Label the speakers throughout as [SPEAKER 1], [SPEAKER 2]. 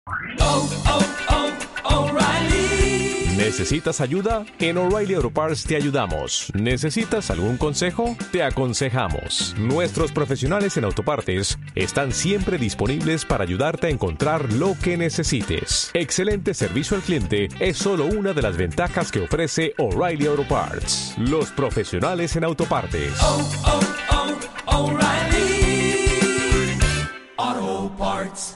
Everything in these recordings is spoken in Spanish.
[SPEAKER 1] O'Reilly.
[SPEAKER 2] ¿Necesitas ayuda? En O'Reilly Auto Parts te ayudamos. ¿Necesitas algún consejo? Te aconsejamos. Nuestros profesionales en autopartes están siempre disponibles para ayudarte a encontrar lo que necesites. Excelente servicio al cliente es solo una de las ventajas que ofrece O'Reilly Auto Parts. Los profesionales en autopartes.
[SPEAKER 1] O'Reilly Auto Parts.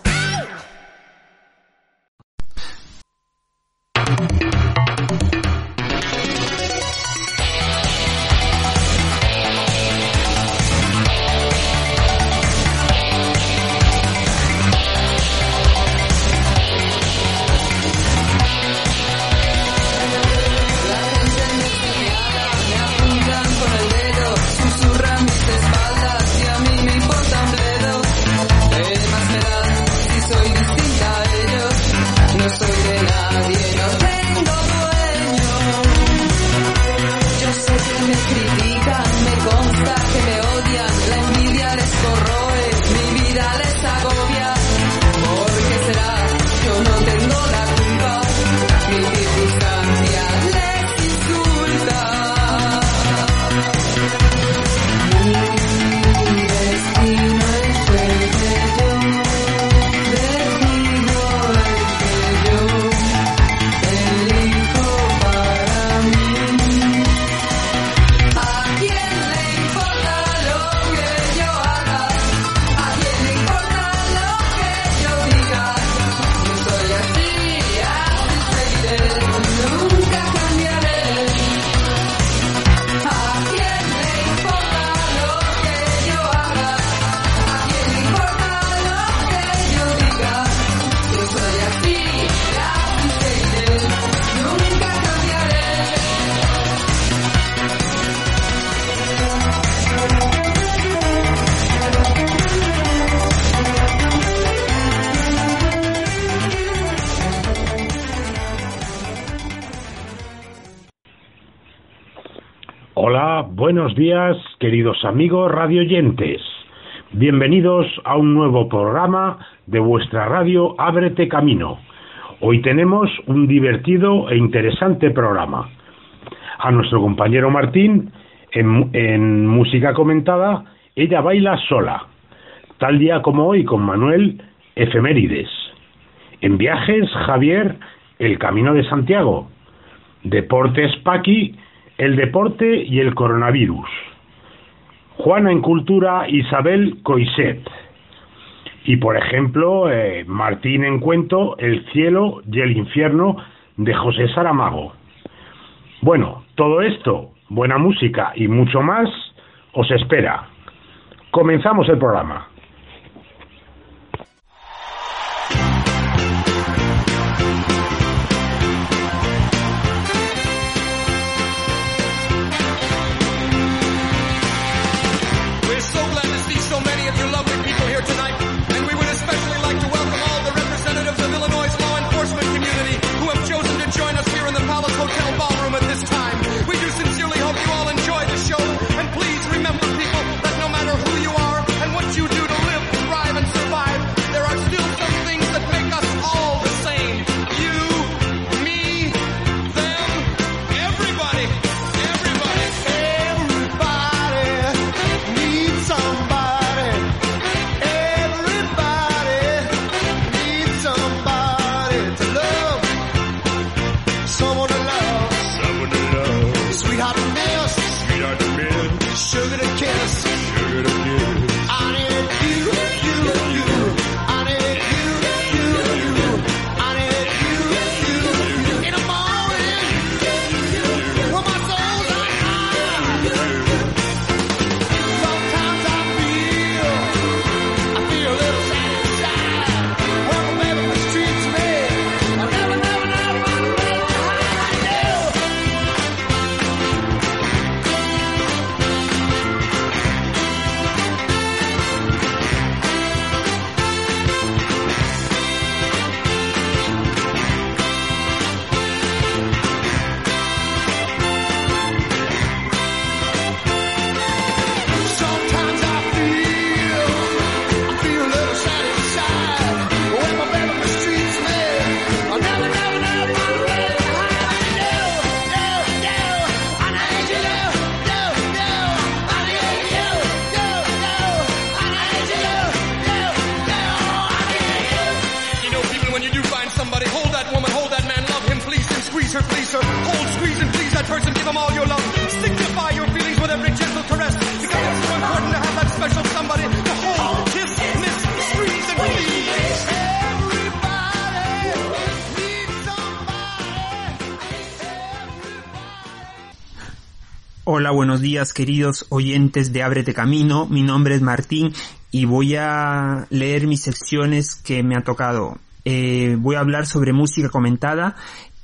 [SPEAKER 3] Hola, buenos días, queridos amigos radioyentes. Bienvenidos a un nuevo programa de vuestra radio Ábrete Camino. Hoy tenemos un divertido e interesante programa. A nuestro compañero Martín, en música comentada, ella baila sola. Tal día como hoy con Manuel, efemérides. En viajes, Javier, el Camino de Santiago. Deportes, Paqui, el deporte y el coronavirus. Juana en cultura, Isabel Coixet. Y por ejemplo, Martín en cuento, el cielo y el infierno de José Saramago. Bueno, todo esto, buena música y mucho más, os espera. Comenzamos el programa.
[SPEAKER 4] Sincerely hope you all enjoy the show, and please remember, people, that no matter who you are and what you do them all your love. Signify your feelings with every gentle caress. Because it's so important to have that special somebody to hold, kiss, miss, squeeze, and please.
[SPEAKER 5] Hola, buenos días queridos oyentes de Ábrete Camino, mi nombre es Martín y voy a leer mis secciones que me ha tocado. Voy a hablar sobre música comentada.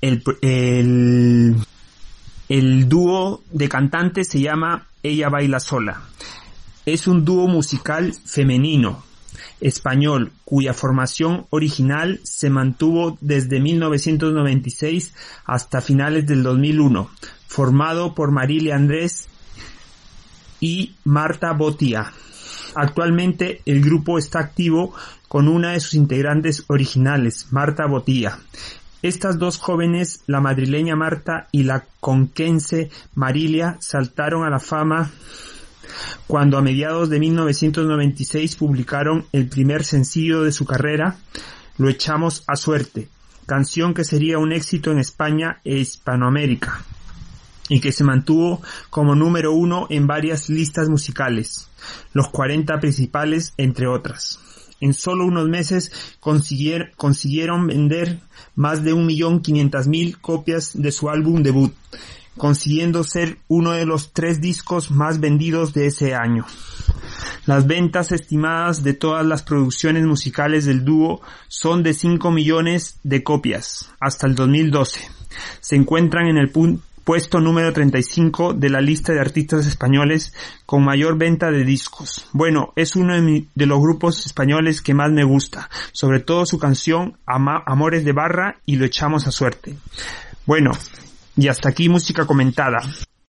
[SPEAKER 5] El dúo de cantantes se llama Ella Baila Sola. Es un dúo musical femenino español cuya formación original se mantuvo desde 1996 hasta finales del 2001, formado por Marilia Andrés y Marta Botía. Actualmente el grupo está activo con una de sus integrantes originales, Marta Botía. Estas dos jóvenes, la madrileña Marta y la conquense Marilia, saltaron a la fama cuando a mediados de 1996 publicaron el primer sencillo de su carrera, Lo echamos a suerte, canción que sería un éxito en España e Hispanoamérica y que se mantuvo como número 1 en varias listas musicales, los 40 principales entre otras. En solo unos meses consiguieron vender más de 1.500.000 copias de su álbum debut, consiguiendo ser uno de los 3 discos más vendidos de ese año. Las ventas estimadas de todas las producciones musicales del dúo son de 5 millones de copias hasta el 2012. Se encuentran en el puesto número 35 de la lista de artistas españoles con mayor venta de discos. Bueno, es uno de los grupos españoles que más me gusta, sobre todo su canción Amores de Barra y Lo echamos a suerte. Bueno, y hasta aquí música comentada.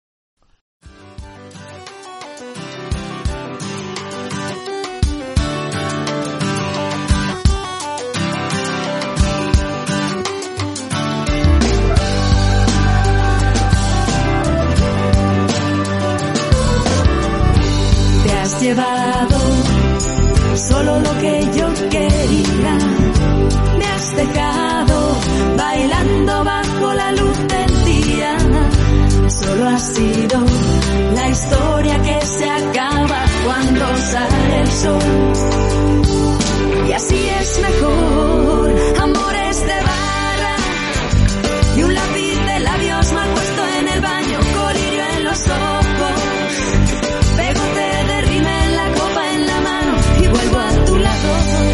[SPEAKER 6] Te has llevado solo lo que yo quería. Me has dejado bailando bajo la luz del día. Solo ha sido la historia que se acaba cuando sale el sol. Y así es mejor, amores de barra y un lápiz de labios mal puesto en el baño, colirio en los ojos, pegote de rímel, la copa en la mano y vuelvo a tu lado.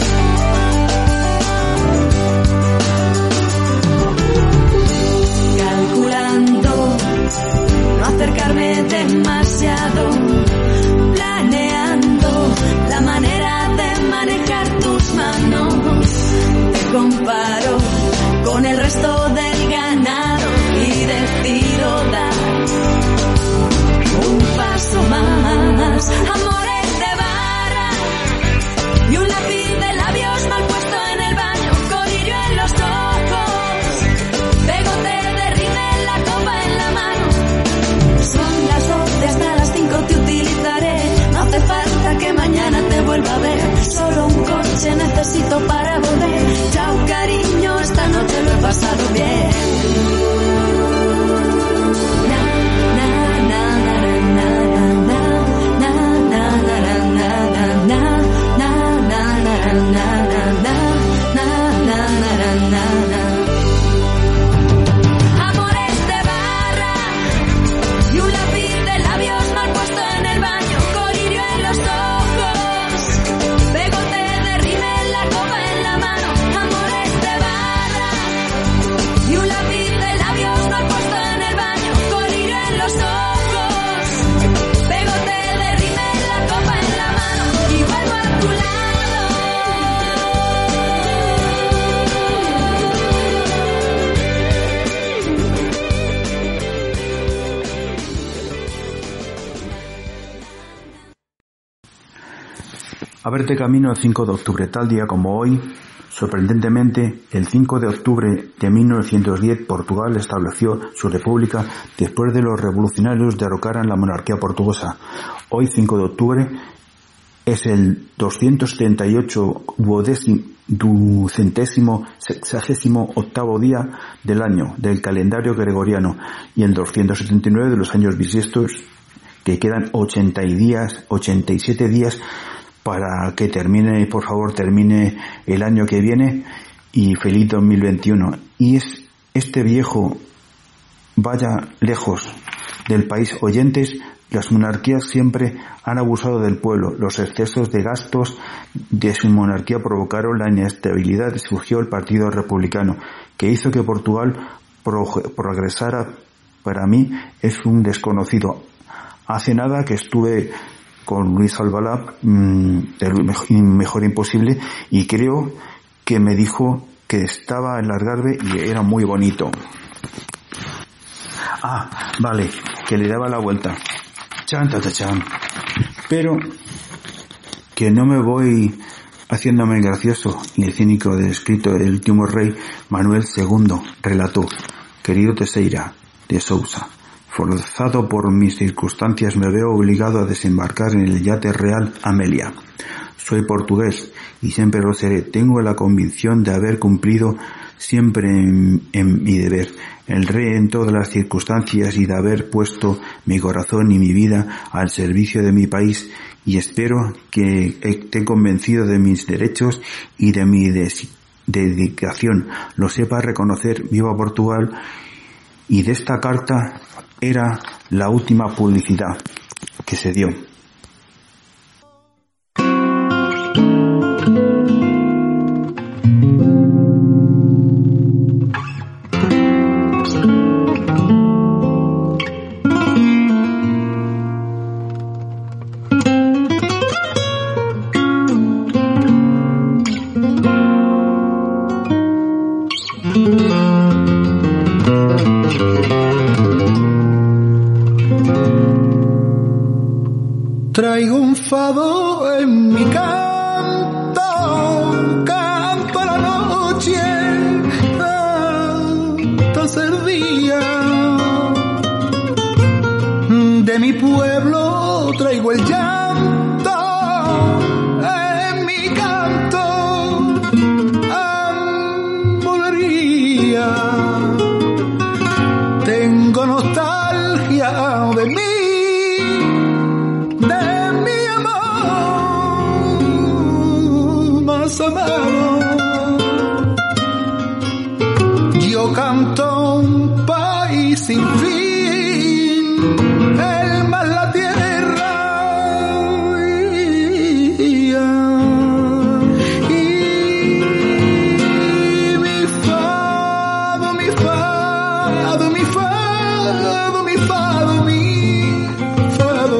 [SPEAKER 6] Calculando no acercarme demasiado, planeando la manera de manejar tus manos. Te comparo con el resto del ganado y decido dar un paso más. Amores de barra y un lápiz de labios mal puesto en el baño, colirio en los ojos, pegote de rímel, la copa en la mano. Son las 12 hasta las 5 te utilizaré. No hace falta que mañana te vuelva a ver. Solo un coche necesito para volver. Chao cariño, esta noche lo he pasado bien. Amores de barra y un lápiz de labios mal puesto en el baño, colirio en los ojos, pegote de rímel, la copa en la mano. Amores de barra y un lápiz de labios mal puesto en el baño, colirio en los ojos, pegote de rímel, la copa en la mano y vuelvo a tu lado.
[SPEAKER 7] Ábrete camino el 5 de octubre, tal día como hoy. Sorprendentemente, el 5 de octubre de 1910 Portugal estableció su república después de los revolucionarios derrocaran la monarquía portuguesa. Hoy, 5 de octubre, Es el 278 68º día del año del calendario gregoriano y el 279 de los años bisiestos, que quedan 87 días para que termine, por favor, termine el año que viene y feliz 2021. Y este viejo vaya lejos del país. Oyentes, las monarquías siempre han abusado del pueblo. Los excesos de gastos de su monarquía provocaron la inestabilidad y surgió el Partido Republicano, que hizo que Portugal progresara. Para mí es un desconocido. Hace nada que estuve con Luis Albalá, del Mejor Imposible, y creo que me dijo que estaba en Algarve y era muy bonito. Ah, vale, que le daba la vuelta. Chan, ta, ta, chan. Pero que no me voy haciéndome gracioso ni cínico del escrito del último rey. Manuel II relató: querido Teixeira de Sousa, forzado por mis circunstancias me veo obligado a desembarcar en el yate real Amelia. Soy portugués y siempre lo seré. Tengo la convicción de haber cumplido siempre en mi deber, el rey en todas las circunstancias, y de haber puesto mi corazón y mi vida al servicio de mi país, y espero que esté convencido de mis derechos y de mi dedicación. Lo sepa reconocer. Viva Portugal. Y de esta carta era la última publicidad que se dio.
[SPEAKER 8] Traigo un fado en mi canto, canto a la noche, hasta el día. De mi pueblo traigo el llanto, en mi canto, amorería. Tengo nostalgia de mí, amado. Yo canto un país sin fin, el mar, la tierra y mi fado, mi fado, mi fado, mi fado, mi fado.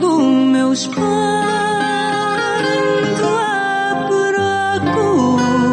[SPEAKER 6] Por dentro do meu espanto lá procura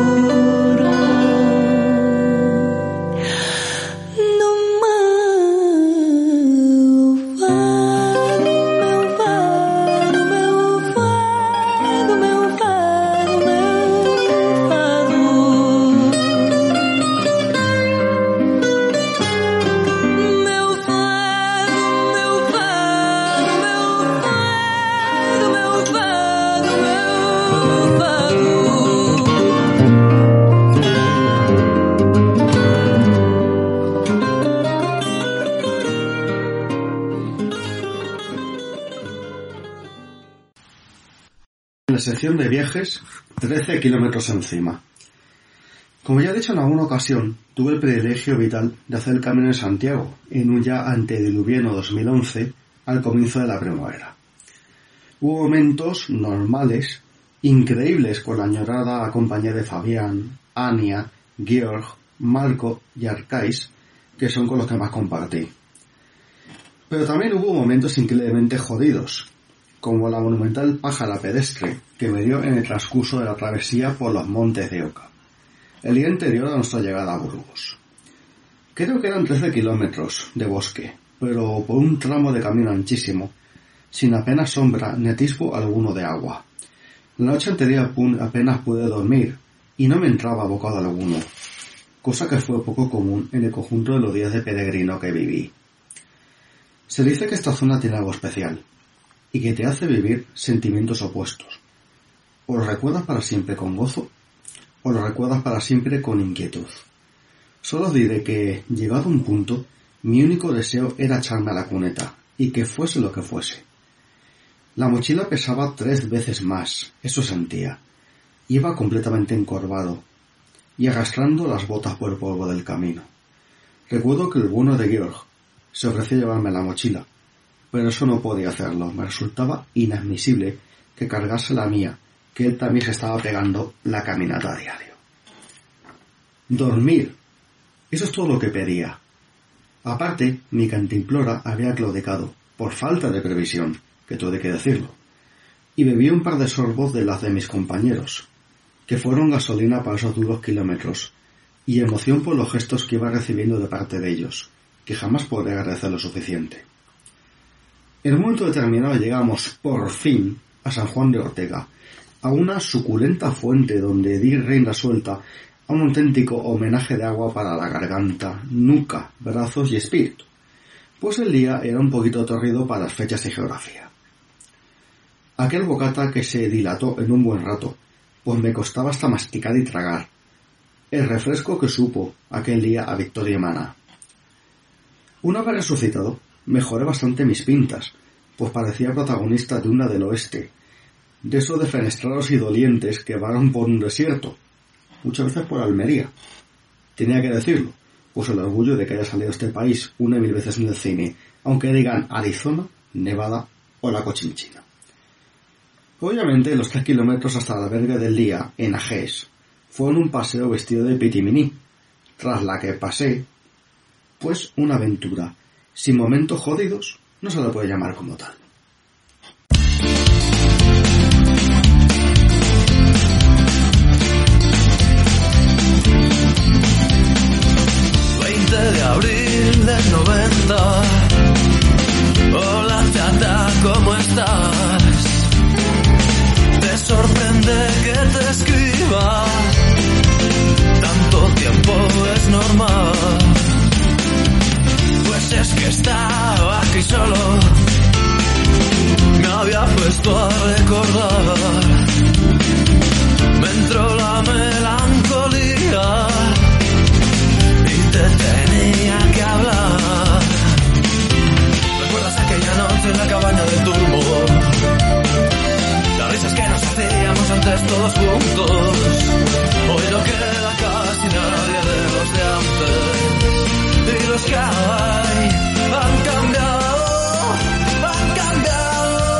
[SPEAKER 9] la sección de viajes 13 kilómetros encima. Como ya he dicho en alguna ocasión, tuve el privilegio vital de hacer el Camino de Santiago en un ya antediluviano 2011 al comienzo de la primavera. Hubo momentos normales, increíbles con la añorada compañía de Fabián, Ania, Georg, Marco y Arcais, que son con los que más compartí. Pero también hubo momentos increíblemente jodidos, como la monumental pájara pedestre que me dio en el transcurso de la travesía por los montes de Oca, el día anterior a nuestra llegada a Burgos. Creo que eran 13 kilómetros de bosque, pero por un tramo de camino anchísimo, sin apenas sombra ni atisbo alguno de agua. La noche anterior apenas pude dormir, y no me entraba bocado alguno, cosa que fue poco común en el conjunto de los días de peregrino que viví. Se dice que esta zona tiene algo especial, y que te hace vivir sentimientos opuestos. O lo recuerdas para siempre con gozo, o lo recuerdas para siempre con inquietud. Solo os diré que, llegado a un punto, mi único deseo era echarme a la cuneta, y que fuese lo que fuese. La mochila pesaba 3 veces más, eso sentía. Iba completamente encorvado, y arrastrando las botas por el polvo del camino. Recuerdo que el bueno de Georg se ofreció a llevarme la mochila, pero eso no podía hacerlo. Me resultaba inadmisible que cargase la mía, que él también se estaba pegando la caminata a diario. Dormir. Eso es todo lo que pedía. Aparte, mi cantimplora había claudicado, por falta de previsión, que tuve que decirlo, y bebí un par de sorbos de las de mis compañeros, que fueron gasolina para esos duros kilómetros, y emoción por los gestos que iba recibiendo de parte de ellos, que jamás podré agradecer lo suficiente. En un momento determinado llegamos, por fin, a San Juan de Ortega, a una suculenta fuente donde di rienda suelta a un auténtico homenaje de agua para la garganta, nuca, brazos y espíritu, pues el día era un poquito torrido para las fechas y geografía. Aquel bocata que se dilató en un buen rato, pues me costaba hasta masticar y tragar. El refresco que supo aquel día a Victoria Emana. Una vez resucitado, mejoré bastante mis pintas, pues parecía protagonista de una del oeste, de esos defenestrados y dolientes que vagan por un desierto, muchas veces por Almería. Tenía que decirlo, pues el orgullo de que haya salido este país 1.000 veces en el cine, aunque digan Arizona, Nevada o la Cochinchina. Obviamente los 3 kilómetros hasta la albergue del día, en Agés, fueron un paseo vestido de pitiminí, tras la que pasé, pues una aventura, sin momentos jodidos, no se la puede llamar como tal.
[SPEAKER 10] De abril del 90. Hola chata, ¿cómo estás? Te sorprende que te escriba, tanto tiempo es normal. Pues es que estaba aquí solo, me había puesto a recordar, me entró la melancolía, te tenía que hablar. ¿Recuerdas aquella noche en la cabaña de Turbo? Las risas que nos hacíamos antes todos juntos. Hoy no queda casi nadie de los de antes. Y los que hay han cambiado, han cambiado.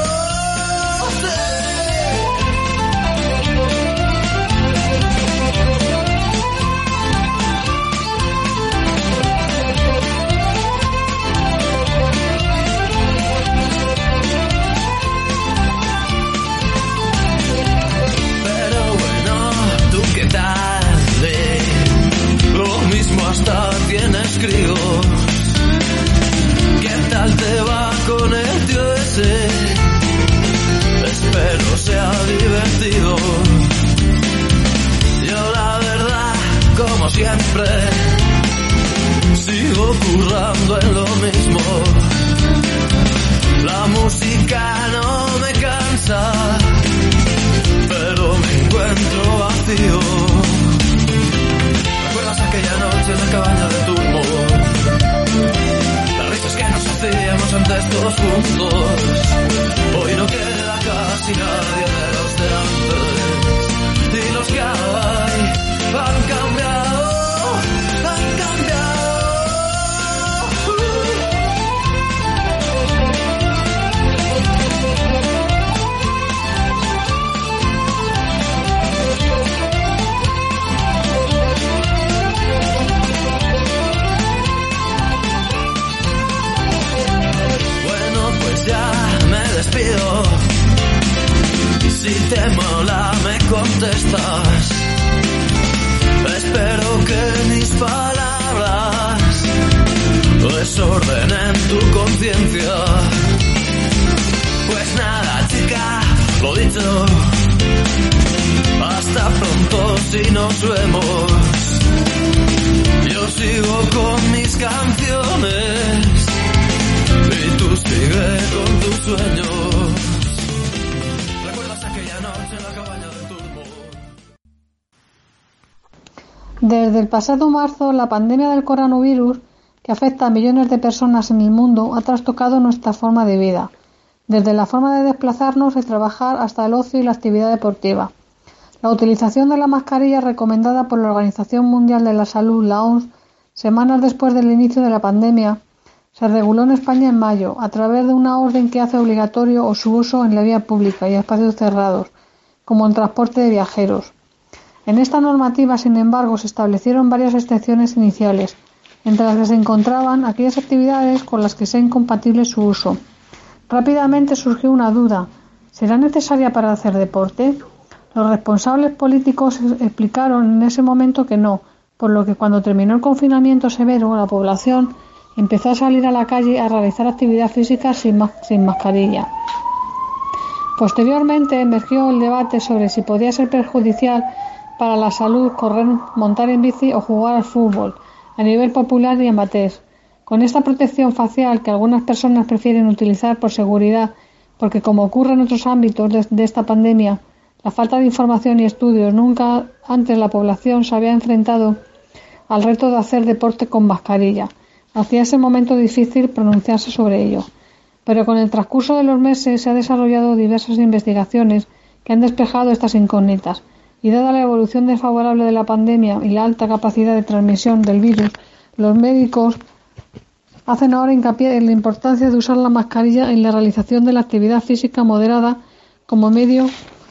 [SPEAKER 10] Hasta tienes críos. ¿Qué tal te va con el tío ese? Espero sea divertido. Yo la verdad, como siempre, sigo currando en lo mismo. La música no me cansa, pero me encuentro vacío. ¿Recuerdas aquella noche en la cabaña de Turbo? Las risas que nos hacíamos antes todos juntos. Hoy no queda casi nadie de los de antes. estás. Espero que mis palabras desordenen tu conciencia. Pues nada, chica, lo dicho. Hasta pronto si nos vemos. Yo sigo con mis canciones y tú sigue con tus sueños. ¿Recuerdas aquella noche en la cabaña del Turbo?
[SPEAKER 11] Desde el pasado marzo, la pandemia del coronavirus, que afecta a millones de personas en el mundo, ha trastocado nuestra forma de vida, desde la forma de desplazarnos y trabajar hasta el ocio y la actividad deportiva. La utilización de la mascarilla recomendada por la Organización Mundial de la Salud, la OMS, semanas después del inicio de la pandemia, se reguló en España en mayo, a través de una orden que hace obligatorio su uso en la vía pública y espacios cerrados, como en transporte de viajeros. En esta normativa, sin embargo, se establecieron varias excepciones iniciales, entre las que se encontraban aquellas actividades con las que sea incompatible su uso. Rápidamente surgió una duda: ¿será necesaria para hacer deporte? Los responsables políticos explicaron en ese momento que no, por lo que cuando terminó el confinamiento severo, la población empezó a salir a la calle a realizar actividad física sin mascarilla. Posteriormente emergió el debate sobre si podía ser perjudicial para la salud correr, montar en bici o jugar al fútbol, a nivel popular y amateur. Con esta protección facial que algunas personas prefieren utilizar por seguridad, porque como ocurre en otros ámbitos de esta pandemia, la falta de información y estudios, nunca antes la población se había enfrentado al reto de hacer deporte con mascarilla. Hacía ese momento difícil pronunciarse sobre ello. Pero con el transcurso de los meses se han desarrollado diversas investigaciones que han despejado estas incógnitas. Y dada la evolución desfavorable de la pandemia y la alta capacidad de transmisión del virus, los médicos hacen ahora hincapié en la importancia de usar la mascarilla en la realización de la actividad física moderada como medio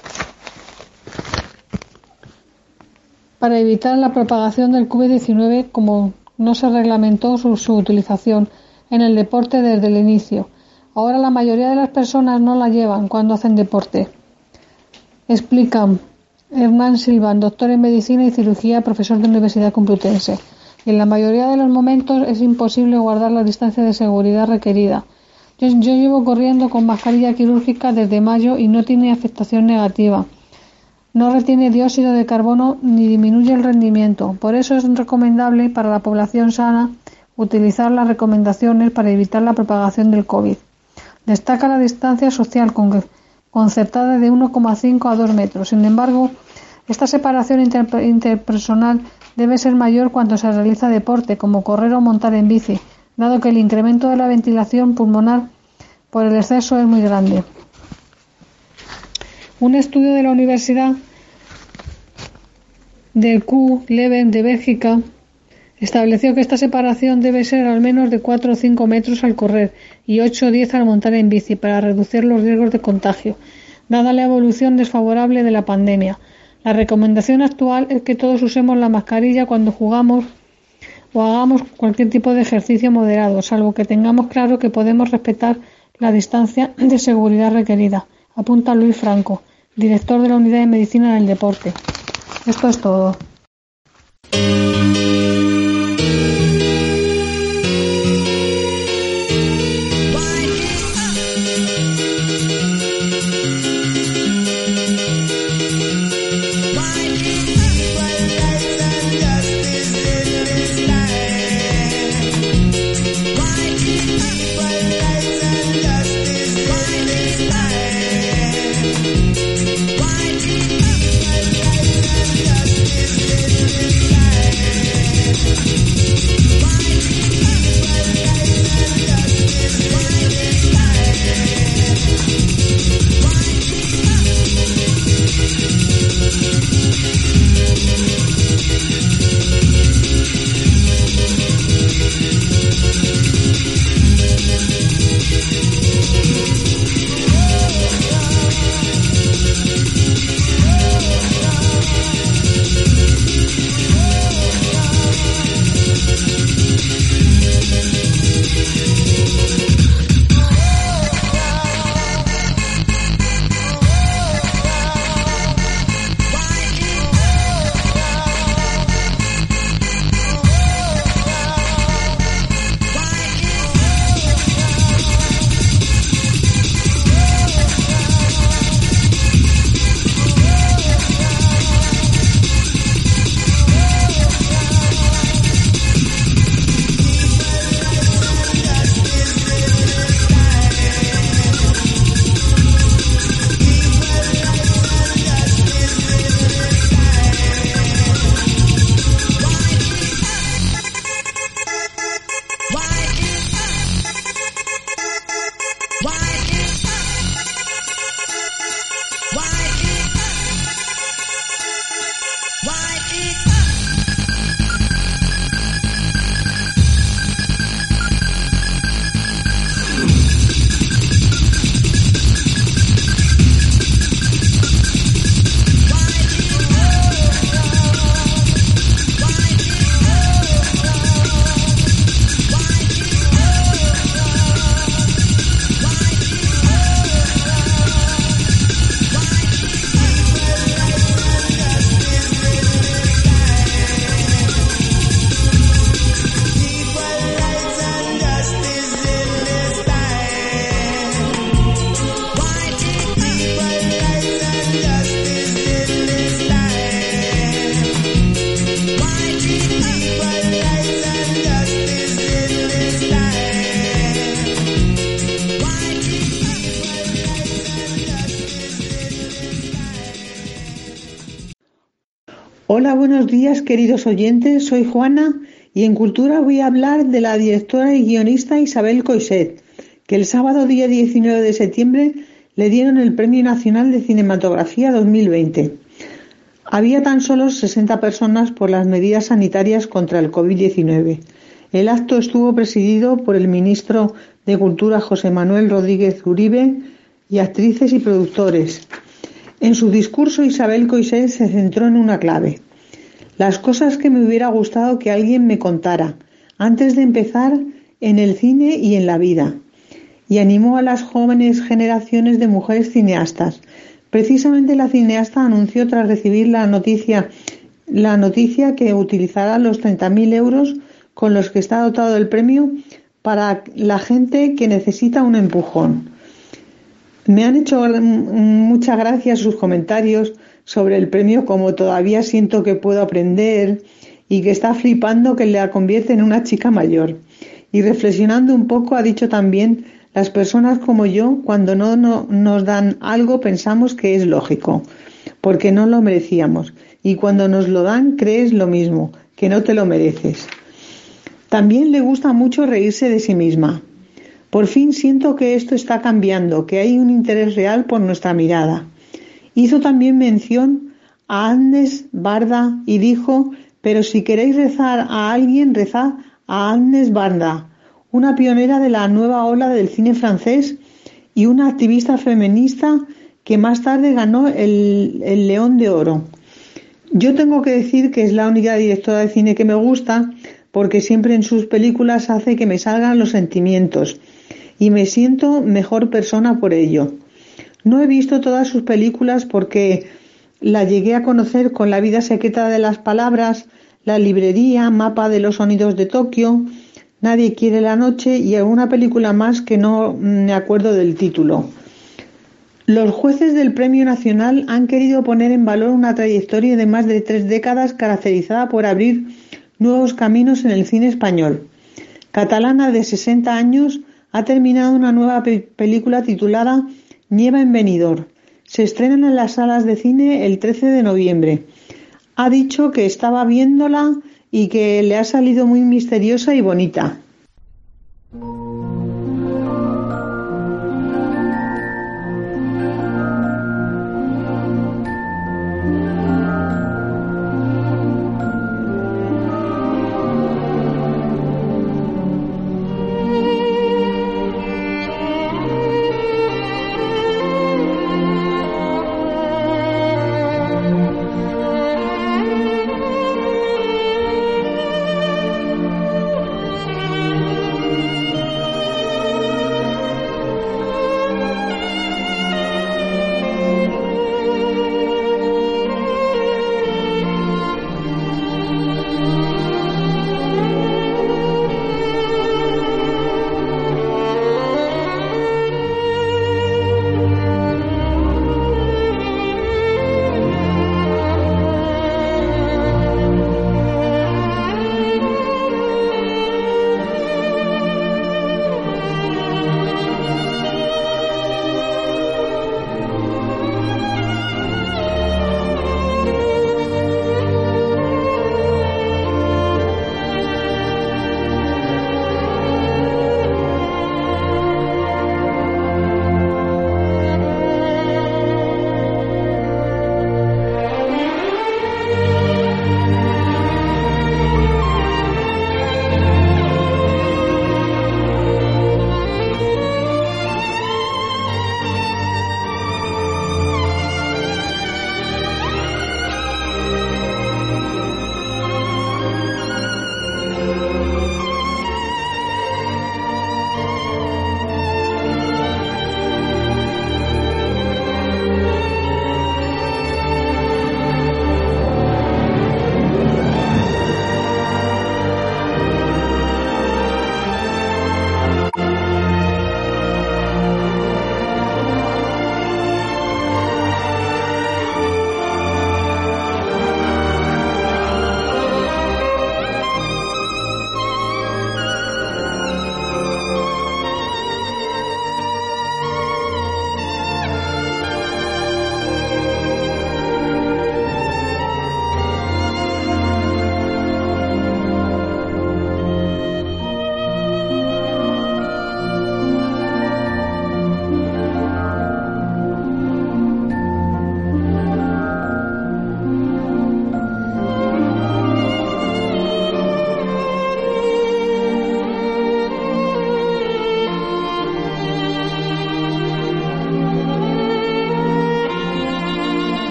[SPEAKER 11] para evitar la propagación del COVID-19, como no se reglamentó su utilización en el deporte desde el inicio. Ahora la mayoría de las personas no la llevan cuando hacen deporte. Explican Hernán Silvan, doctor en Medicina y Cirugía, profesor de Universidad Complutense. En la mayoría de los momentos es imposible guardar la distancia de seguridad requerida. Yo llevo corriendo con mascarilla quirúrgica desde mayo y no tiene afectación negativa. No retiene dióxido de carbono ni disminuye el rendimiento. Por eso es recomendable para la población sana utilizar las recomendaciones para evitar la propagación del COVID. Destaca la distancia social concertada de 1,5 a 2 metros. Sin embargo, esta separación interpersonal debe ser mayor cuando se realiza deporte, como correr o montar en bici, dado que el incremento de la ventilación pulmonar por el exceso es muy grande. Un estudio de la Universidad del Q Leuven de Bélgica estableció que esta separación debe ser al menos de 4 o 5 metros al correr y 8 o 10 al montar en bici para reducir los riesgos de contagio, dada la evolución desfavorable de la pandemia. La recomendación actual es que todos usemos la mascarilla cuando jugamos o hagamos cualquier tipo de ejercicio moderado, salvo que tengamos claro que podemos respetar la distancia de seguridad requerida, apunta Luis Franco, director de la Unidad de Medicina del Deporte. Esto es todo.
[SPEAKER 12] Hola, buenos días, queridos oyentes. Soy Juana y en Cultura voy a hablar de la directora y guionista Isabel Coixet, que el sábado día 19 de septiembre le dieron el Premio Nacional de Cinematografía 2020. Había tan solo 60 personas por las medidas sanitarias contra el COVID-19. El acto estuvo presidido por el ministro de Cultura José Manuel Rodríguez Uribe y actrices y productores. En su discurso, Isabel Coixet se centró en una clave: las cosas que me hubiera gustado que alguien me contara antes de empezar en el cine y en la vida, y animó a las jóvenes generaciones de mujeres cineastas. Precisamente la cineasta anunció tras recibir la noticia que utilizará los 30.000 euros con los que está dotado el premio para la gente que necesita un empujón. Me han hecho muchas gracias sus comentarios sobre el premio, como todavía siento que puedo aprender y que está flipando que la convierte en una chica mayor. Y reflexionando un poco, ha dicho también: las personas como yo, cuando no nos dan algo, pensamos que es lógico, porque no lo merecíamos. Y cuando nos lo dan, crees lo mismo, que no te lo mereces. También le gusta mucho reírse de sí misma. Por fin siento que esto está cambiando, que hay un interés real por nuestra mirada. Hizo también mención a Agnès Varda y dijo: pero si queréis rezar a alguien, rezad a Agnès Varda, una pionera de la nueva ola del cine francés y una activista feminista que más tarde ganó el León de Oro. Yo tengo que decir que es la única directora de cine que me gusta, porque siempre en sus películas hace que me salgan los sentimientos y me siento mejor persona por ello. No he visto todas sus películas porque la llegué a conocer con La vida secreta de las palabras, La librería, Mapa de los sonidos de Tokio, Nadie quiere la noche y alguna película más que no me acuerdo del título. Los jueces del Premio Nacional han querido poner en valor una trayectoria de más de 3 décadas caracterizada por abrir nuevos caminos en el cine español. Catalana, de 60 años, ha terminado una nueva película titulada Nieva en Benidorm. Se estrena en las salas de cine el 13 de noviembre. Ha dicho que estaba viéndola y que le ha salido muy misteriosa y bonita.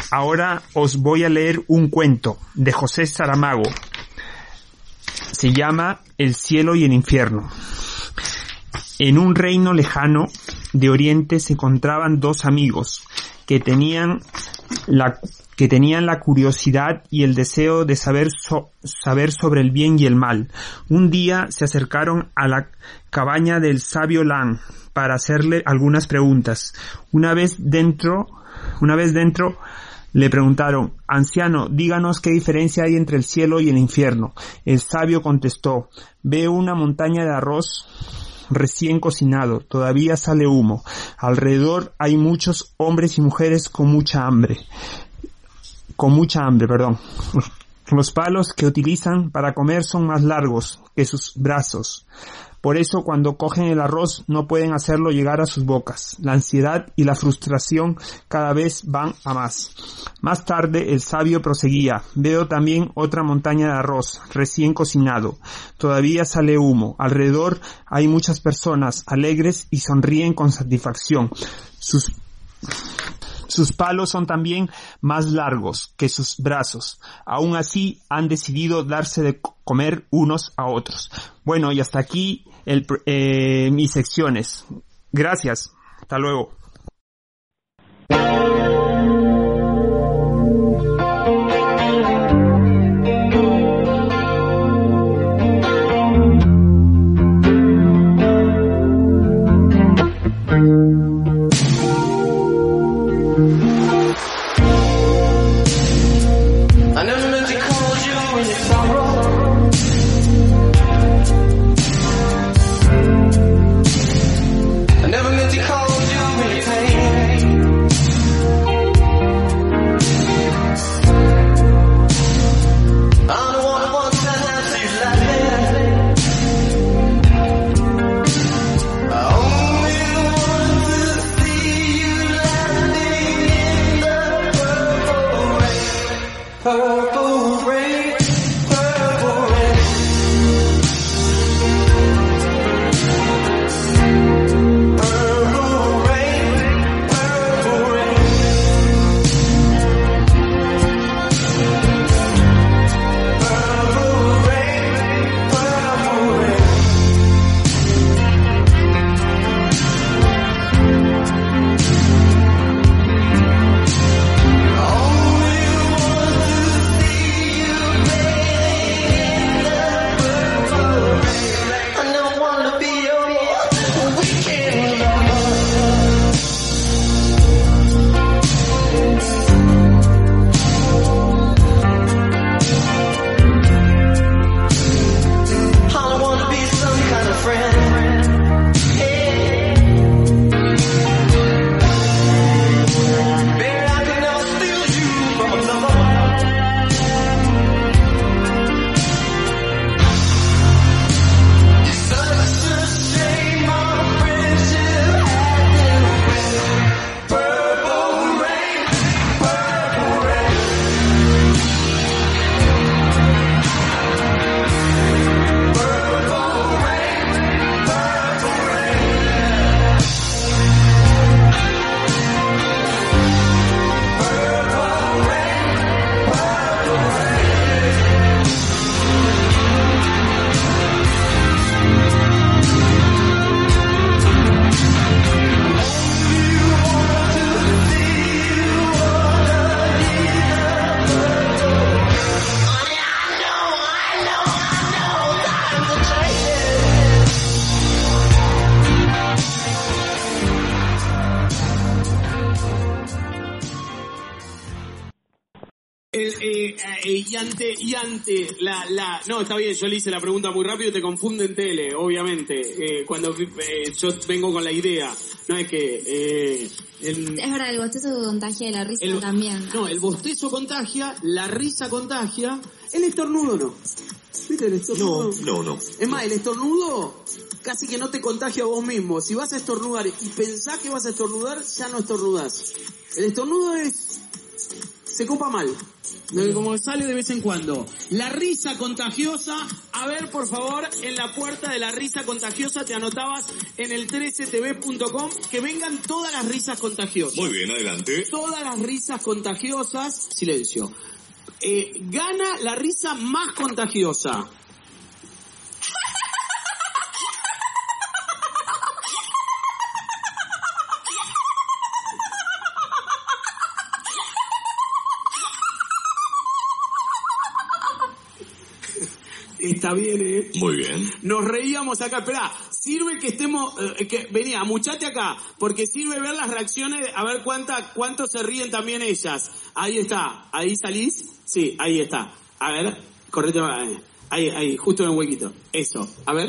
[SPEAKER 5] ahora os voy a leer un cuento de José Saramago. Se llama El cielo y el infierno. En un reino lejano de Oriente se encontraban dos amigos que tenían la curiosidad y el deseo de saber sobre el bien y el mal. Un día se acercaron a la cabaña del sabio Lan para hacerle algunas preguntas. Una vez dentro, le preguntaron: «Anciano, díganos qué diferencia hay entre el cielo y el infierno». El sabio contestó: «Veo una montaña de arroz recién cocinado, todavía sale humo. Alrededor hay muchos hombres y mujeres con mucha hambre, Los palos que utilizan para comer son más largos que sus brazos. Por eso cuando cogen el arroz no pueden hacerlo llegar a sus bocas. La ansiedad y la frustración cada vez van a más». Más tarde el sabio proseguía: «Veo también otra montaña de arroz recién cocinado. Todavía sale humo. Alrededor hay muchas personas alegres y sonríen con satisfacción. Sus palos son también más largos que sus brazos. Aún así han decidido darse de comer unos a otros». Bueno, y hasta aquí mis secciones. Gracias. Hasta luego.
[SPEAKER 13] No, está bien, yo le hice la pregunta muy rápido, te confunde en tele, obviamente, cuando yo vengo con la idea, no es que...
[SPEAKER 14] Es verdad, el bostezo contagia y la risa también.
[SPEAKER 13] No, el bostezo contagia, la risa contagia, el estornudo no. ¿Viste el estornudo?
[SPEAKER 15] No.
[SPEAKER 13] Es más, el estornudo casi que no te contagia a vos mismo. Si vas a estornudar y pensás que vas a estornudar, ya no estornudás. El estornudo se copa mal. Como sale de vez en cuando. La risa contagiosa. A ver, por favor, en la puerta de la risa contagiosa te anotabas en el 13tv.com que vengan todas las risas contagiosas.
[SPEAKER 15] Muy bien, adelante.
[SPEAKER 13] Todas las risas contagiosas. Silencio. Gana la risa más contagiosa. Está bien, ¿eh?
[SPEAKER 15] Muy bien.
[SPEAKER 13] Nos reíamos acá. Esperá, sirve que estemos... venía, amuchate acá, porque sirve ver las reacciones, a ver cuánto se ríen también ellas. Ahí está. ¿Ahí salís? Sí, ahí está. A ver, correte. Ahí, justo en el huequito. Eso. A ver.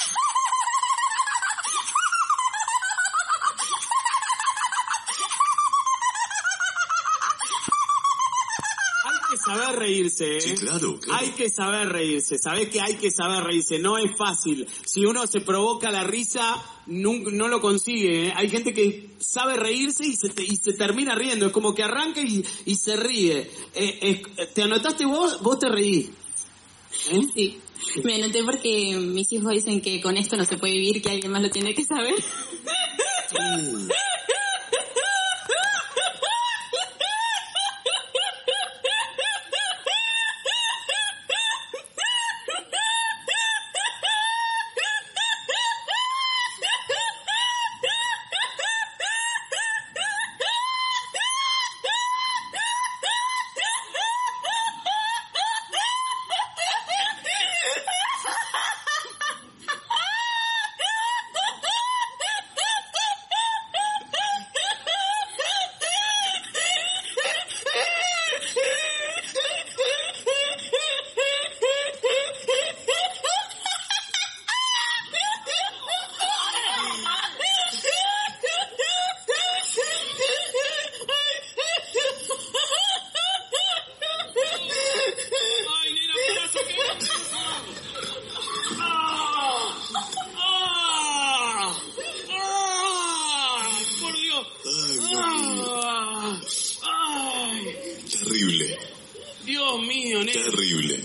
[SPEAKER 13] Saber reírse, ¿eh?
[SPEAKER 15] Sí, claro.
[SPEAKER 13] Hay que saber reírse. Sabés que hay que saber reírse. No es fácil. Si uno se provoca la risa, no lo consigue, ¿eh? Hay gente que sabe reírse y se termina riendo. Es como que arranca y se ríe. ¿Te anotaste vos? Vos te reí.
[SPEAKER 14] Sí. Me anoté porque mis hijos dicen que con esto no se puede vivir, que alguien más lo tiene que saber.
[SPEAKER 15] Terrible.
[SPEAKER 13] Dios mío, nene.
[SPEAKER 15] Terrible.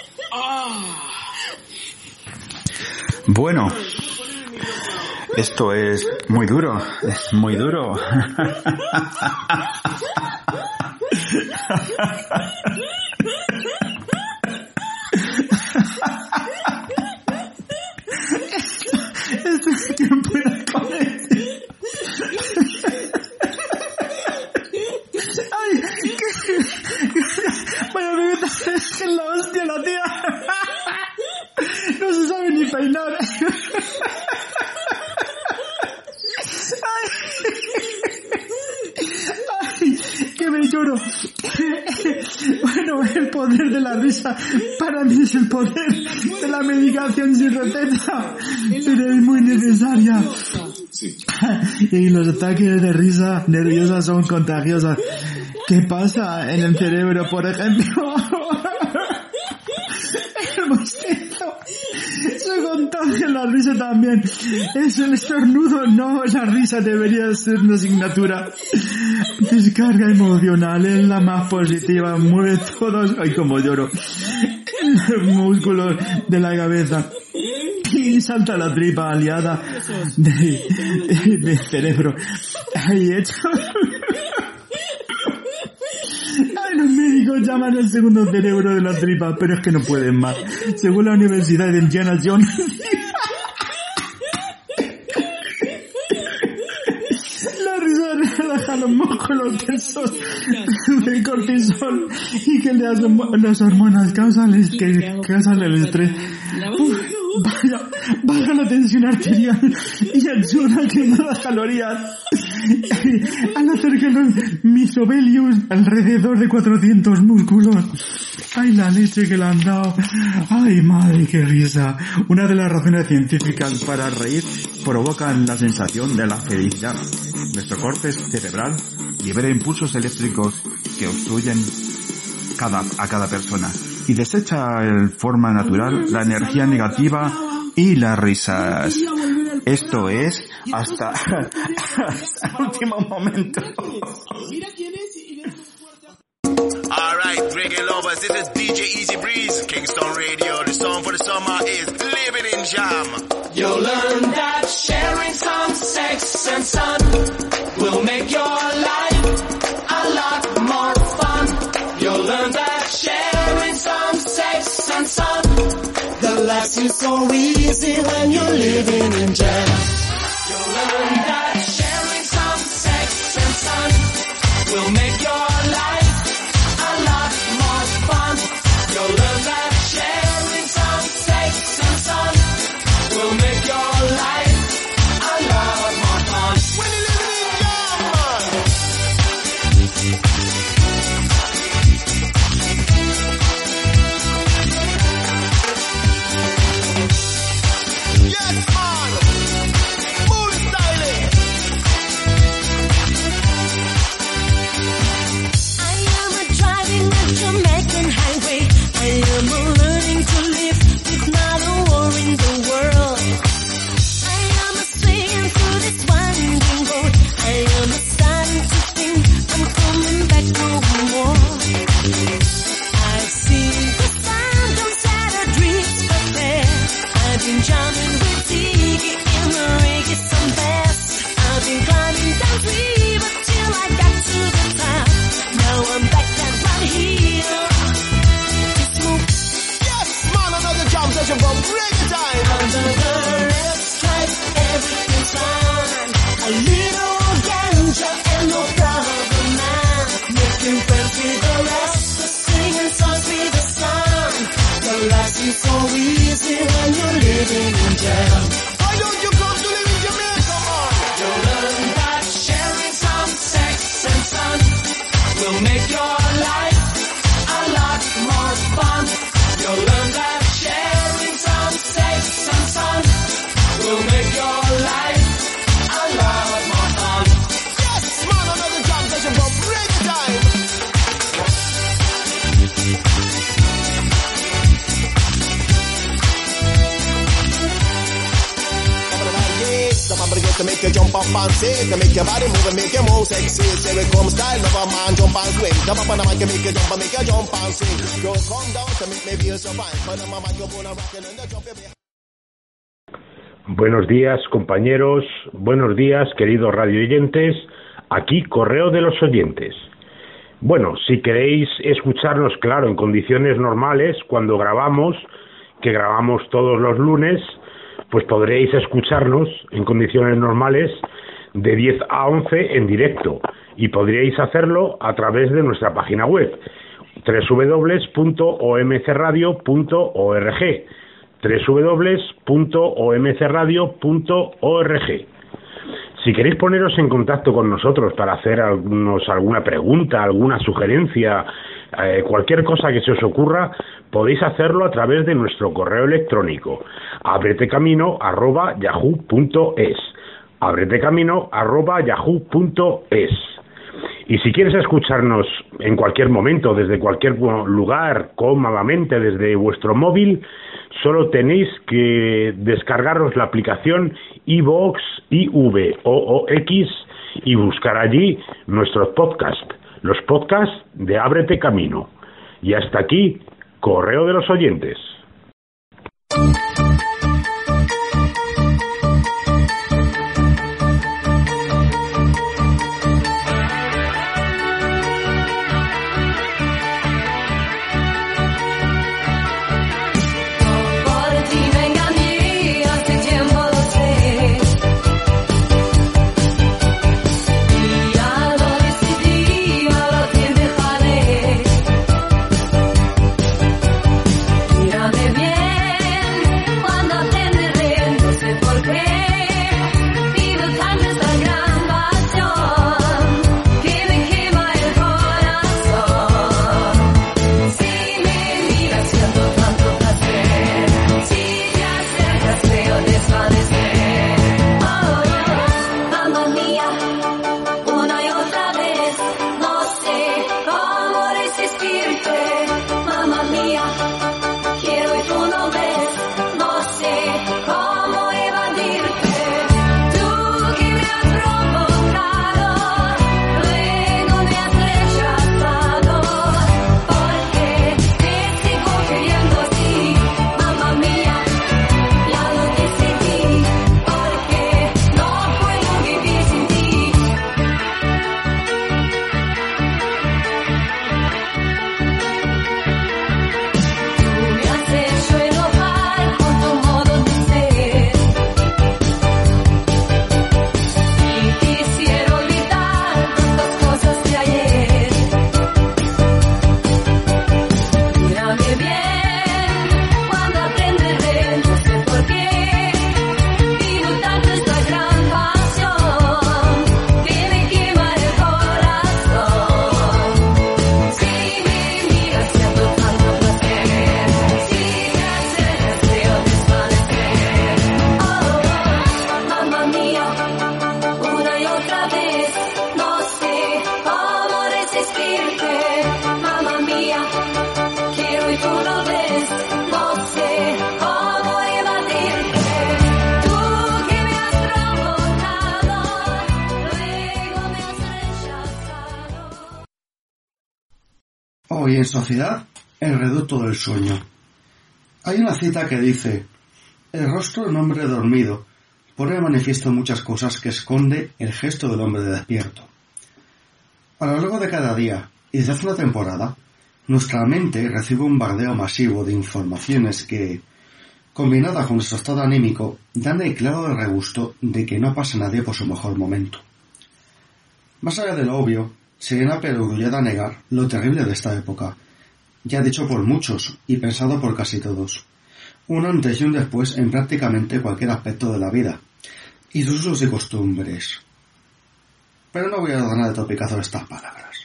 [SPEAKER 7] Bueno, esto es muy duro, es muy duro. ¿Quién puede con esto? Ay, vaya bebita, es que es la hostia la tía. No se sabe ni peinar. Ay, que me lloro. Bueno, el poder de la risa para mí es el poder de la medicación sin receta, pero es muy necesaria.
[SPEAKER 15] Sí.
[SPEAKER 7] Y los ataques de risa nerviosa son contagiosos. ¿Qué pasa en el cerebro, por ejemplo? El bostezo se contagia, la risa también. Es el estornudo, no, la risa debería ser una asignatura. Descarga emocional es la más positiva, mueve todos, ay como lloro, los músculos de la cabeza. Y salta la tripa aliada del cerebro. Ahí hecho. Ay, los médicos llaman el segundo cerebro de la tripa, pero es que no pueden más. Según la Universidad de Indiana Jones. La risa relaja los músculos tensos del cortisol y que las hormonas causan el estrés. Baja la tensión arterial y ayuda a quemar las calorías. Al hacer que los misovelios alrededor de 400 músculos. Ay, la leche que le han dado. Ay, madre, qué risa. Una de las razones científicas para reír provocan la sensación de la felicidad. Nuestro corte cerebral libera impulsos eléctricos que obstruyen a cada persona y desecha de forma natural la energía negativa y las risas. Esto es hasta el último momento.
[SPEAKER 13] Mira quién es y
[SPEAKER 16] All right,
[SPEAKER 15] reggae lovers, this is DJ Easy Breeze, Kingston Radio. The song for the summer is Living in Jam.
[SPEAKER 1] You'll learn that sharing some sex and sun will make your life a lot more fun. You'll learn that sharing some sex and sun, the life is so easy when you're living in jam. You'll learn that sharing some sex and sun will make your life a lot more fun. You'll learn that sharing some sex and sun will make your life a lot more fun. When you're living in jam, man. Yes, man. Mood styling.
[SPEAKER 6] I am driving a Jamaican highway. I am learning to live with not a war in the world. I am swinging through this winding road. I am starting to think I'm coming back from war. I see the sun don't set a dreams but there. I've been jamming with Ziggy in the reggae some best. I've been climbing down river till I got to the top. Now I'm back and right here.
[SPEAKER 1] Yes, man, another jam session from reggae time.
[SPEAKER 6] Under the red stripe, everything's fine. A little ganja and no problem, man. Making friends with the rest, singing songs with the sun. The life is so easy when you're living in jam.
[SPEAKER 1] Why don't you come to live in Jamaica, man?
[SPEAKER 6] You'll learn that
[SPEAKER 1] Sharing some sex and sun will make your life a lot more fun. You'll learn that sharing some sex and sun will make your life a lot more fun. Yes, man, another jam session from reggae time.
[SPEAKER 15] To make you jump up and sing, to make your body move and make you move sexy. Say we come style of a man, jump and swing. Jump up on the mic and make you jump and sing. Girl, come down to make me feel so fine. Put on my microphone and rockin' and jump your behind.
[SPEAKER 3] Buenos días, compañeros. Buenos días, queridos radioyentes. Aquí, Correo de los Oyentes. Bueno, si queréis escucharnos, claro, en condiciones normales, cuando grabamos, que grabamos todos los lunes, pues podréis escucharnos en condiciones normales de 10 a 11 en directo, y podríais hacerlo a través de nuestra página web www.omcradio.org www.omcradio.org. Si queréis poneros en contacto con nosotros para hacernos alguna pregunta, alguna sugerencia, cualquier cosa que se os ocurra, podéis hacerlo a través de nuestro correo electrónico abretecamino@yahoo.es abretecamino@yahoo.es. Y si quieres escucharnos en cualquier momento, desde cualquier lugar, cómodamente desde vuestro móvil, solo tenéis que descargaros la aplicación iVoox, IVOOX, y buscar allí nuestros podcasts, los podcasts de Ábrete Camino. Y hasta aquí, Correo de los Oyentes.
[SPEAKER 6] Mira
[SPEAKER 9] Hoy en Sociedad, el reducto del sueño. Hay una cita que dice: el rostro del hombre dormido pone de manifiesto muchas cosas que esconde el gesto del hombre despierto. A lo largo de cada día y desde hace una temporada, nuestra mente recibe un bombardeo masivo de informaciones que, combinada con nuestro estado anímico, dan el claro del regusto de que no pasa nadie por su mejor momento. Más allá de lo obvio, sería una perogrullada negar lo terrible de esta época, ya dicho por muchos y pensado por casi todos. Un antes y un después en prácticamente cualquier aspecto de la vida, y sus usos y costumbres. Pero no voy a dar nada de topicazo de estas palabras.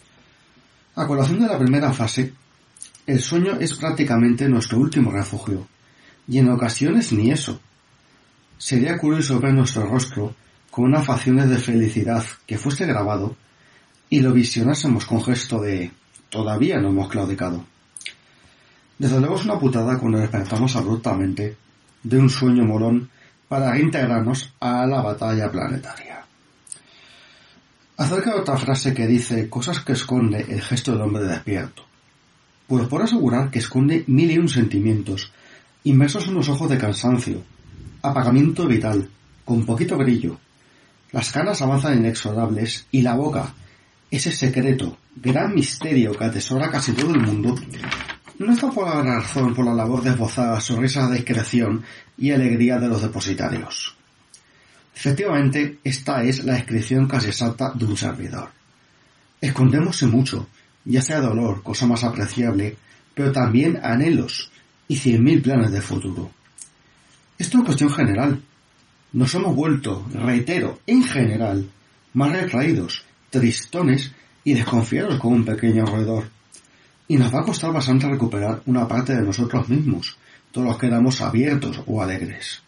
[SPEAKER 9] A colación de la primera fase, el sueño es prácticamente nuestro último refugio, y en ocasiones ni eso. Sería curioso ver nuestro rostro con unas facciones de felicidad que fuese grabado y lo visionásemos con gesto de todavía no hemos claudicado. Desde luego es una putada cuando despertamos abruptamente de un sueño molón para reintegrarnos a la batalla planetaria. Acerca de otra frase que dice cosas que esconde el gesto del hombre despierto, pues por asegurar que esconde 1001 sentimientos inmersos en unos ojos de cansancio, apagamiento vital, con poquito brillo. Las canas avanzan inexorables y la boca, ese secreto, gran misterio que atesora casi todo el mundo, no está por la razón por la labor de esbozar sonrisas de discreción y alegría de los depositarios. Efectivamente, esta es la descripción casi exacta de un servidor. Escondemos mucho, ya sea dolor, cosa más apreciable, pero también anhelos y 100.000 planes de futuro. Esto es cuestión general. Nos hemos vuelto, reitero, en general, más retraídos, tristones y desconfiados con un pequeño roedor. Y nos va a costar bastante recuperar una parte de nosotros mismos, todos los que éramos abiertos o alegres.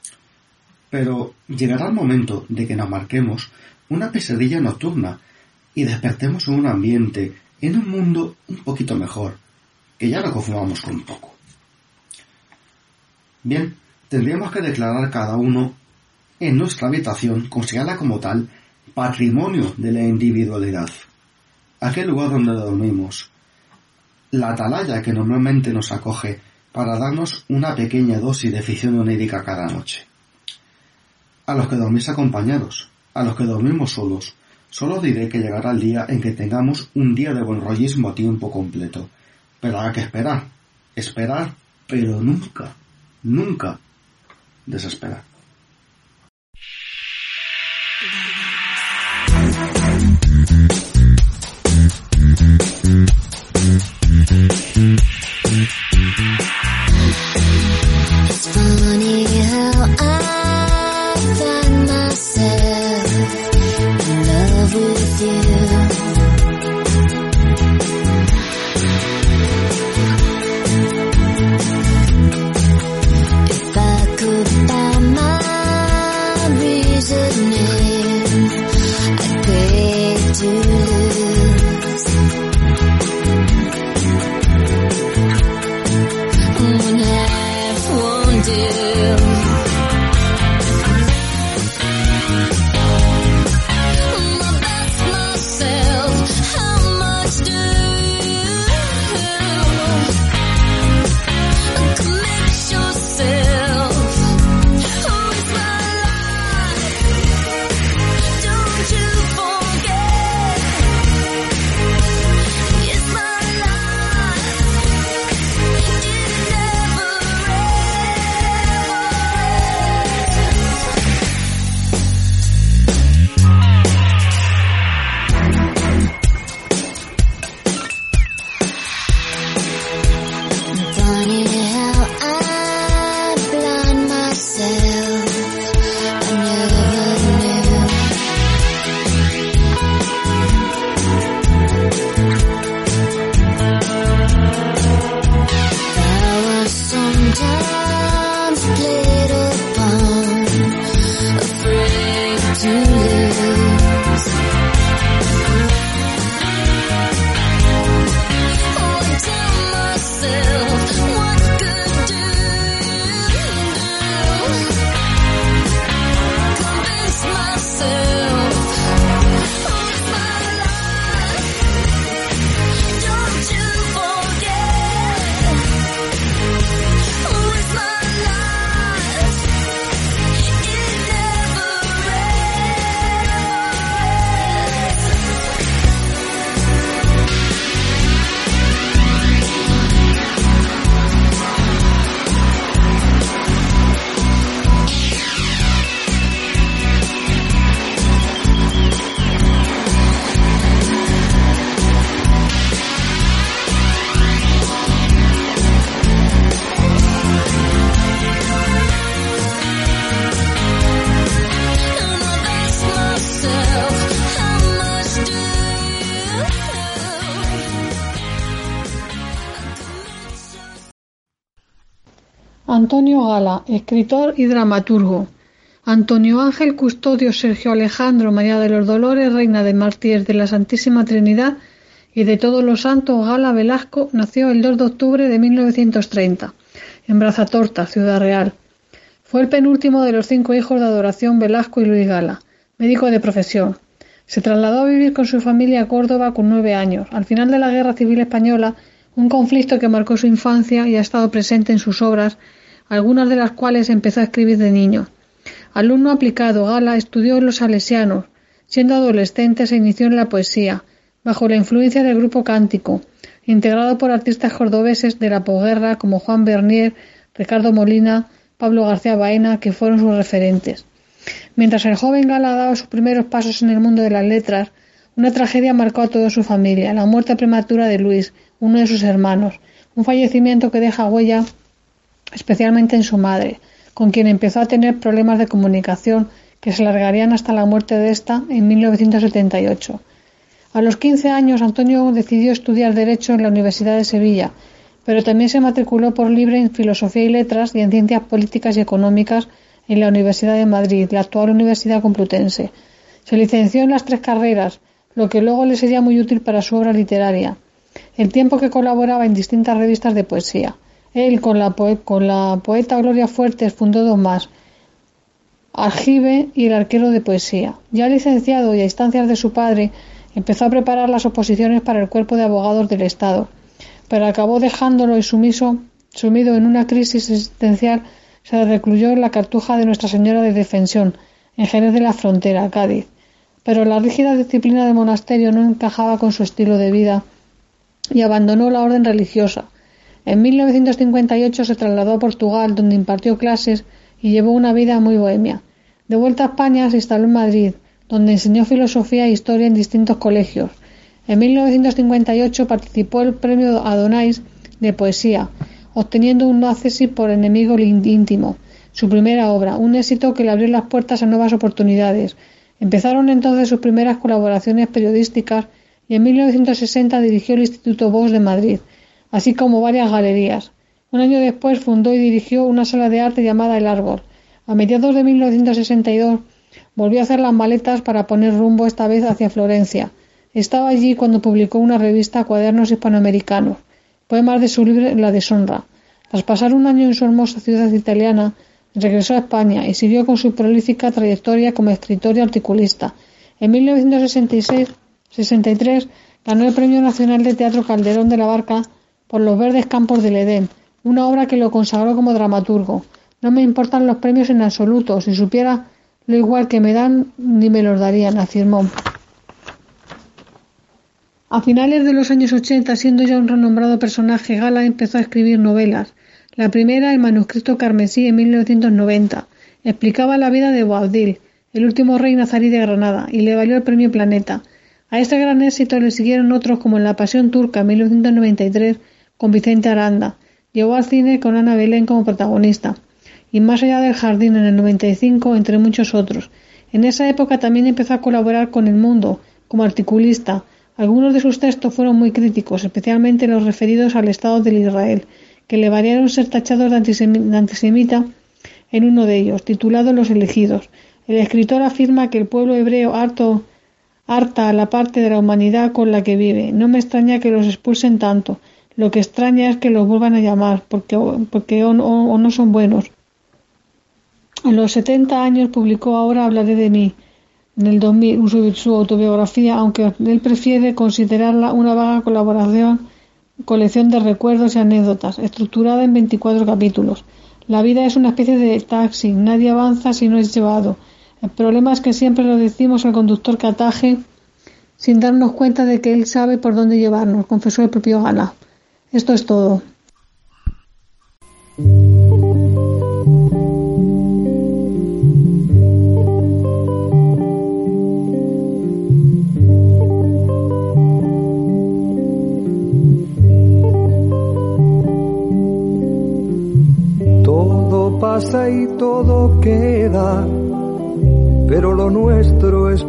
[SPEAKER 9] Pero llegará el momento de que nos marquemos una pesadilla nocturna y despertemos en un ambiente, en un mundo un poquito mejor, que ya lo confundamos con poco. Bien, tendríamos que declarar cada uno en nuestra habitación, considerarla como tal, patrimonio de la individualidad. Aquel lugar donde dormimos, la atalaya que normalmente nos acoge para darnos una pequeña dosis de ficción onírica cada noche. A los que dormís acompañados, a los que dormimos solos, solo diré que llegará el día en que tengamos un día de buen rollismo a tiempo completo. Pero habrá que esperar, pero nunca desesperar.
[SPEAKER 16] It's funny how I find myself in love with you. If I could find my reasoning, I'd pay to lose. When half won't do. Don't you
[SPEAKER 11] Antonio Gala, escritor y dramaturgo. Antonio Ángel Custodio Sergio Alejandro María de los Dolores, reina de mártires de la Santísima Trinidad y de todos los santos Gala Velasco, nació el 2 de octubre de 1930, en Brazatorta, Ciudad Real. Fue el penúltimo de los 5 hijos de Adoración Velasco y Luis Gala, médico de profesión. Se trasladó a vivir con su familia a Córdoba con 9 años. Al final de la Guerra Civil Española, un conflicto que marcó su infancia y ha estado presente en sus obras, algunas de las cuales empezó a escribir de niño. Alumno aplicado, Gala estudió en los Salesianos. Siendo adolescente se inició en la poesía, bajo la influencia del grupo Cántico, integrado por artistas cordobeses de la posguerra como Juan Bernier, Ricardo Molina, Pablo García Baena, que fueron sus referentes. Mientras el joven Gala daba sus primeros pasos en el mundo de las letras, una tragedia marcó a toda su familia, la muerte prematura de Luis, uno de sus hermanos, un fallecimiento que deja huella especialmente en su madre, con quien empezó a tener problemas de comunicación que se alargarían hasta la muerte de esta en 1978. A los 15 años Antonio decidió estudiar Derecho en la Universidad de Sevilla, pero también se matriculó por libre en Filosofía y Letras y en Ciencias Políticas y Económicas en la Universidad de Madrid, la actual Universidad Complutense. Se licenció en las 3 carreras, lo que luego le sería muy útil para su obra literaria. El tiempo que colaboraba en distintas revistas de poesía. Él, con la poeta Gloria Fuertes, fundó 2 más, Aljibe y El Arquero de Poesía. Ya licenciado y a instancias de su padre, empezó a preparar las oposiciones para el Cuerpo de Abogados del Estado, pero acabó dejándolo y sumido en una crisis existencial, se recluyó en la Cartuja de Nuestra Señora de Defensión, en Jerez de la Frontera, Cádiz. Pero la rígida disciplina del monasterio no encajaba con su estilo de vida y abandonó la orden religiosa. En 1958 se trasladó a Portugal, donde impartió clases y llevó una vida muy bohemia. De vuelta a España se instaló en Madrid, donde enseñó filosofía e historia en distintos colegios. En 1958 participó en el premio Adonais de poesía, obteniendo un acceso por Enemigo íntimo, su primera obra, un éxito que le abrió las puertas a nuevas oportunidades. Empezaron entonces sus primeras colaboraciones periodísticas y en 1960 dirigió el Instituto Vox de Madrid, así como varias galerías. Un año después fundó y dirigió una sala de arte llamada El Árbol. A mediados de 1962 volvió a hacer las maletas para poner rumbo esta vez hacia Florencia. Estaba allí cuando publicó una revista, Cuadernos Hispanoamericanos, poemas de su libro La Deshonra. Tras pasar un año en su hermosa ciudad italiana, regresó a España y siguió con su prolífica trayectoria como escritor y articulista. En 1963 ganó el Premio Nacional de Teatro Calderón de la Barca por Los Verdes Campos del Edén, una obra que lo consagró como dramaturgo. No me importan los premios en absoluto, si supiera lo igual que me dan, ni me los darían, afirmó. A finales de los años 80, siendo ya un renombrado personaje, Gala empezó a escribir novelas. La primera, El manuscrito carmesí, en 1990. Explicaba la vida de Boabdil, el último rey nazarí de Granada, y le valió el premio Planeta. A este gran éxito le siguieron otros como En la Pasión Turca, en 1993, con Vicente Aranda. Llegó al cine con Ana Belén como protagonista. Y Más allá del jardín, en el 95, entre muchos otros. En esa época también empezó a colaborar con El Mundo, como articulista. Algunos de sus textos fueron muy críticos, especialmente los referidos al Estado de Israel, que le valieron ser tachados de antisemita en uno de ellos, titulado Los elegidos. El escritor afirma que el pueblo hebreo harta a la parte de la humanidad con la que vive. No me extraña que los expulsen tanto. Lo que extraña es que los vuelvan a llamar, porque o no son buenos. A los 70 años publicó Ahora hablaré de mí, en el 2000, su autobiografía, aunque él prefiere considerarla una vaga colección de recuerdos y anécdotas, estructurada en 24 capítulos. La vida es una especie de taxi, nadie avanza si no es llevado. El problema es que siempre lo decimos al conductor que ataje sin darnos cuenta de que él sabe por dónde llevarnos, confesó el propio Gala. Esto es todo.
[SPEAKER 17] Todo pasa y todo queda, pero lo nuestro es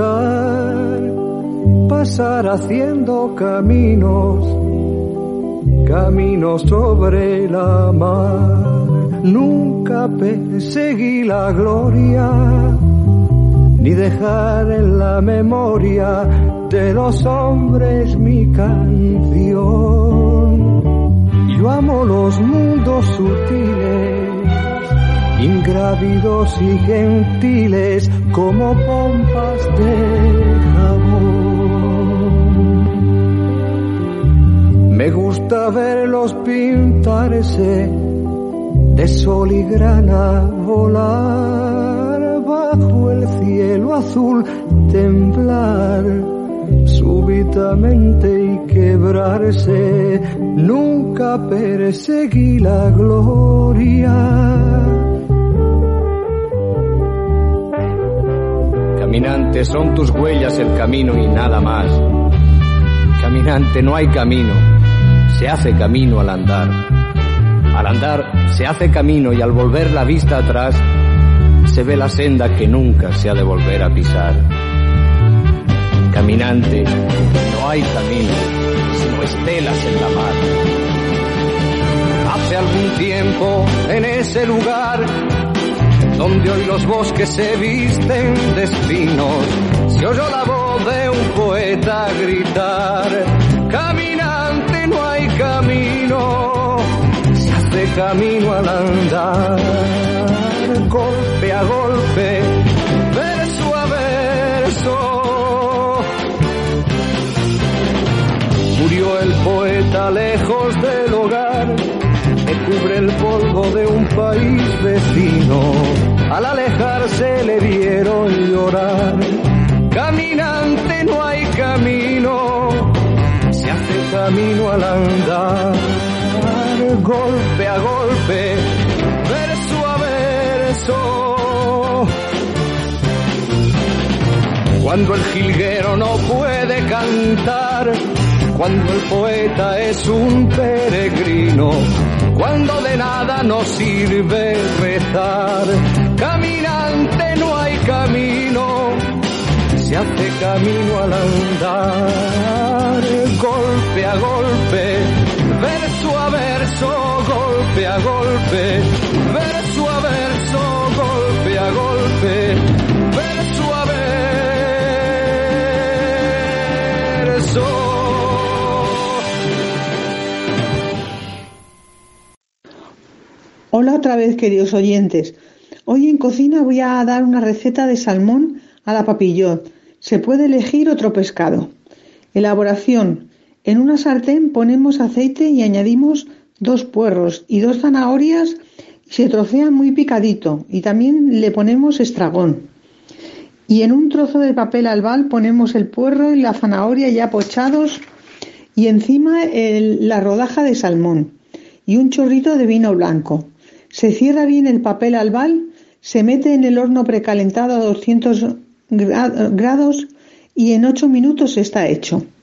[SPEAKER 17] pasar haciendo caminos sobre la mar. nunca perseguí la gloria, ni dejar en la memoria de los hombres mi canción. Yo amo los mundos sutiles, ingrávidos y gentiles, como pompas de jabón. Me gusta verlos pintarse de sol y grana, volar bajo el cielo azul, temblar súbitamente y quebrarse. Nunca perseguí la gloria.
[SPEAKER 18] Caminante, son tus huellas el camino y nada más. Caminante, no hay camino, se hace camino al andar. Al andar se hace camino y al volver la vista atrás se ve la senda que nunca se ha de volver a pisar. Caminante, no hay camino, sino estelas en la mar. Hace algún tiempo en ese lugar donde hoy los bosques se visten de espinos, se oyó la voz de un poeta gritar: caminante, no hay camino, se hace camino al andar. Golpe a golpe, verso a verso, murió el poeta lejos del hogar, me cubre el polvo de un país vecino. Al alejarse le vieron llorar. Caminante, no hay camino, se hace camino al andar. Golpe a golpe, verso a verso. Cuando el jilguero no puede cantar, cuando el poeta es un peregrino, cuando de nada nos sirve rezar. Caminante, no hay camino, se hace camino al andar. Golpe a golpe, verso a verso, golpe a golpe, verso a verso, golpe a golpe, verso a verso.
[SPEAKER 12] Hola otra vez, queridos oyentes. Hoy en cocina voy a dar una receta de salmón a la papillote. Se puede elegir otro pescado. Elaboración: en una sartén ponemos aceite y añadimos 2 puerros y 2 zanahorias y se trocean muy picadito, y también le ponemos estragón. Y en un trozo de papel albal ponemos el puerro y la zanahoria ya pochados y encima la rodaja de salmón y un chorrito de vino blanco. Se cierra bien el papel albal, se mete en el horno precalentado a 200 grados y en 8 minutos está hecho.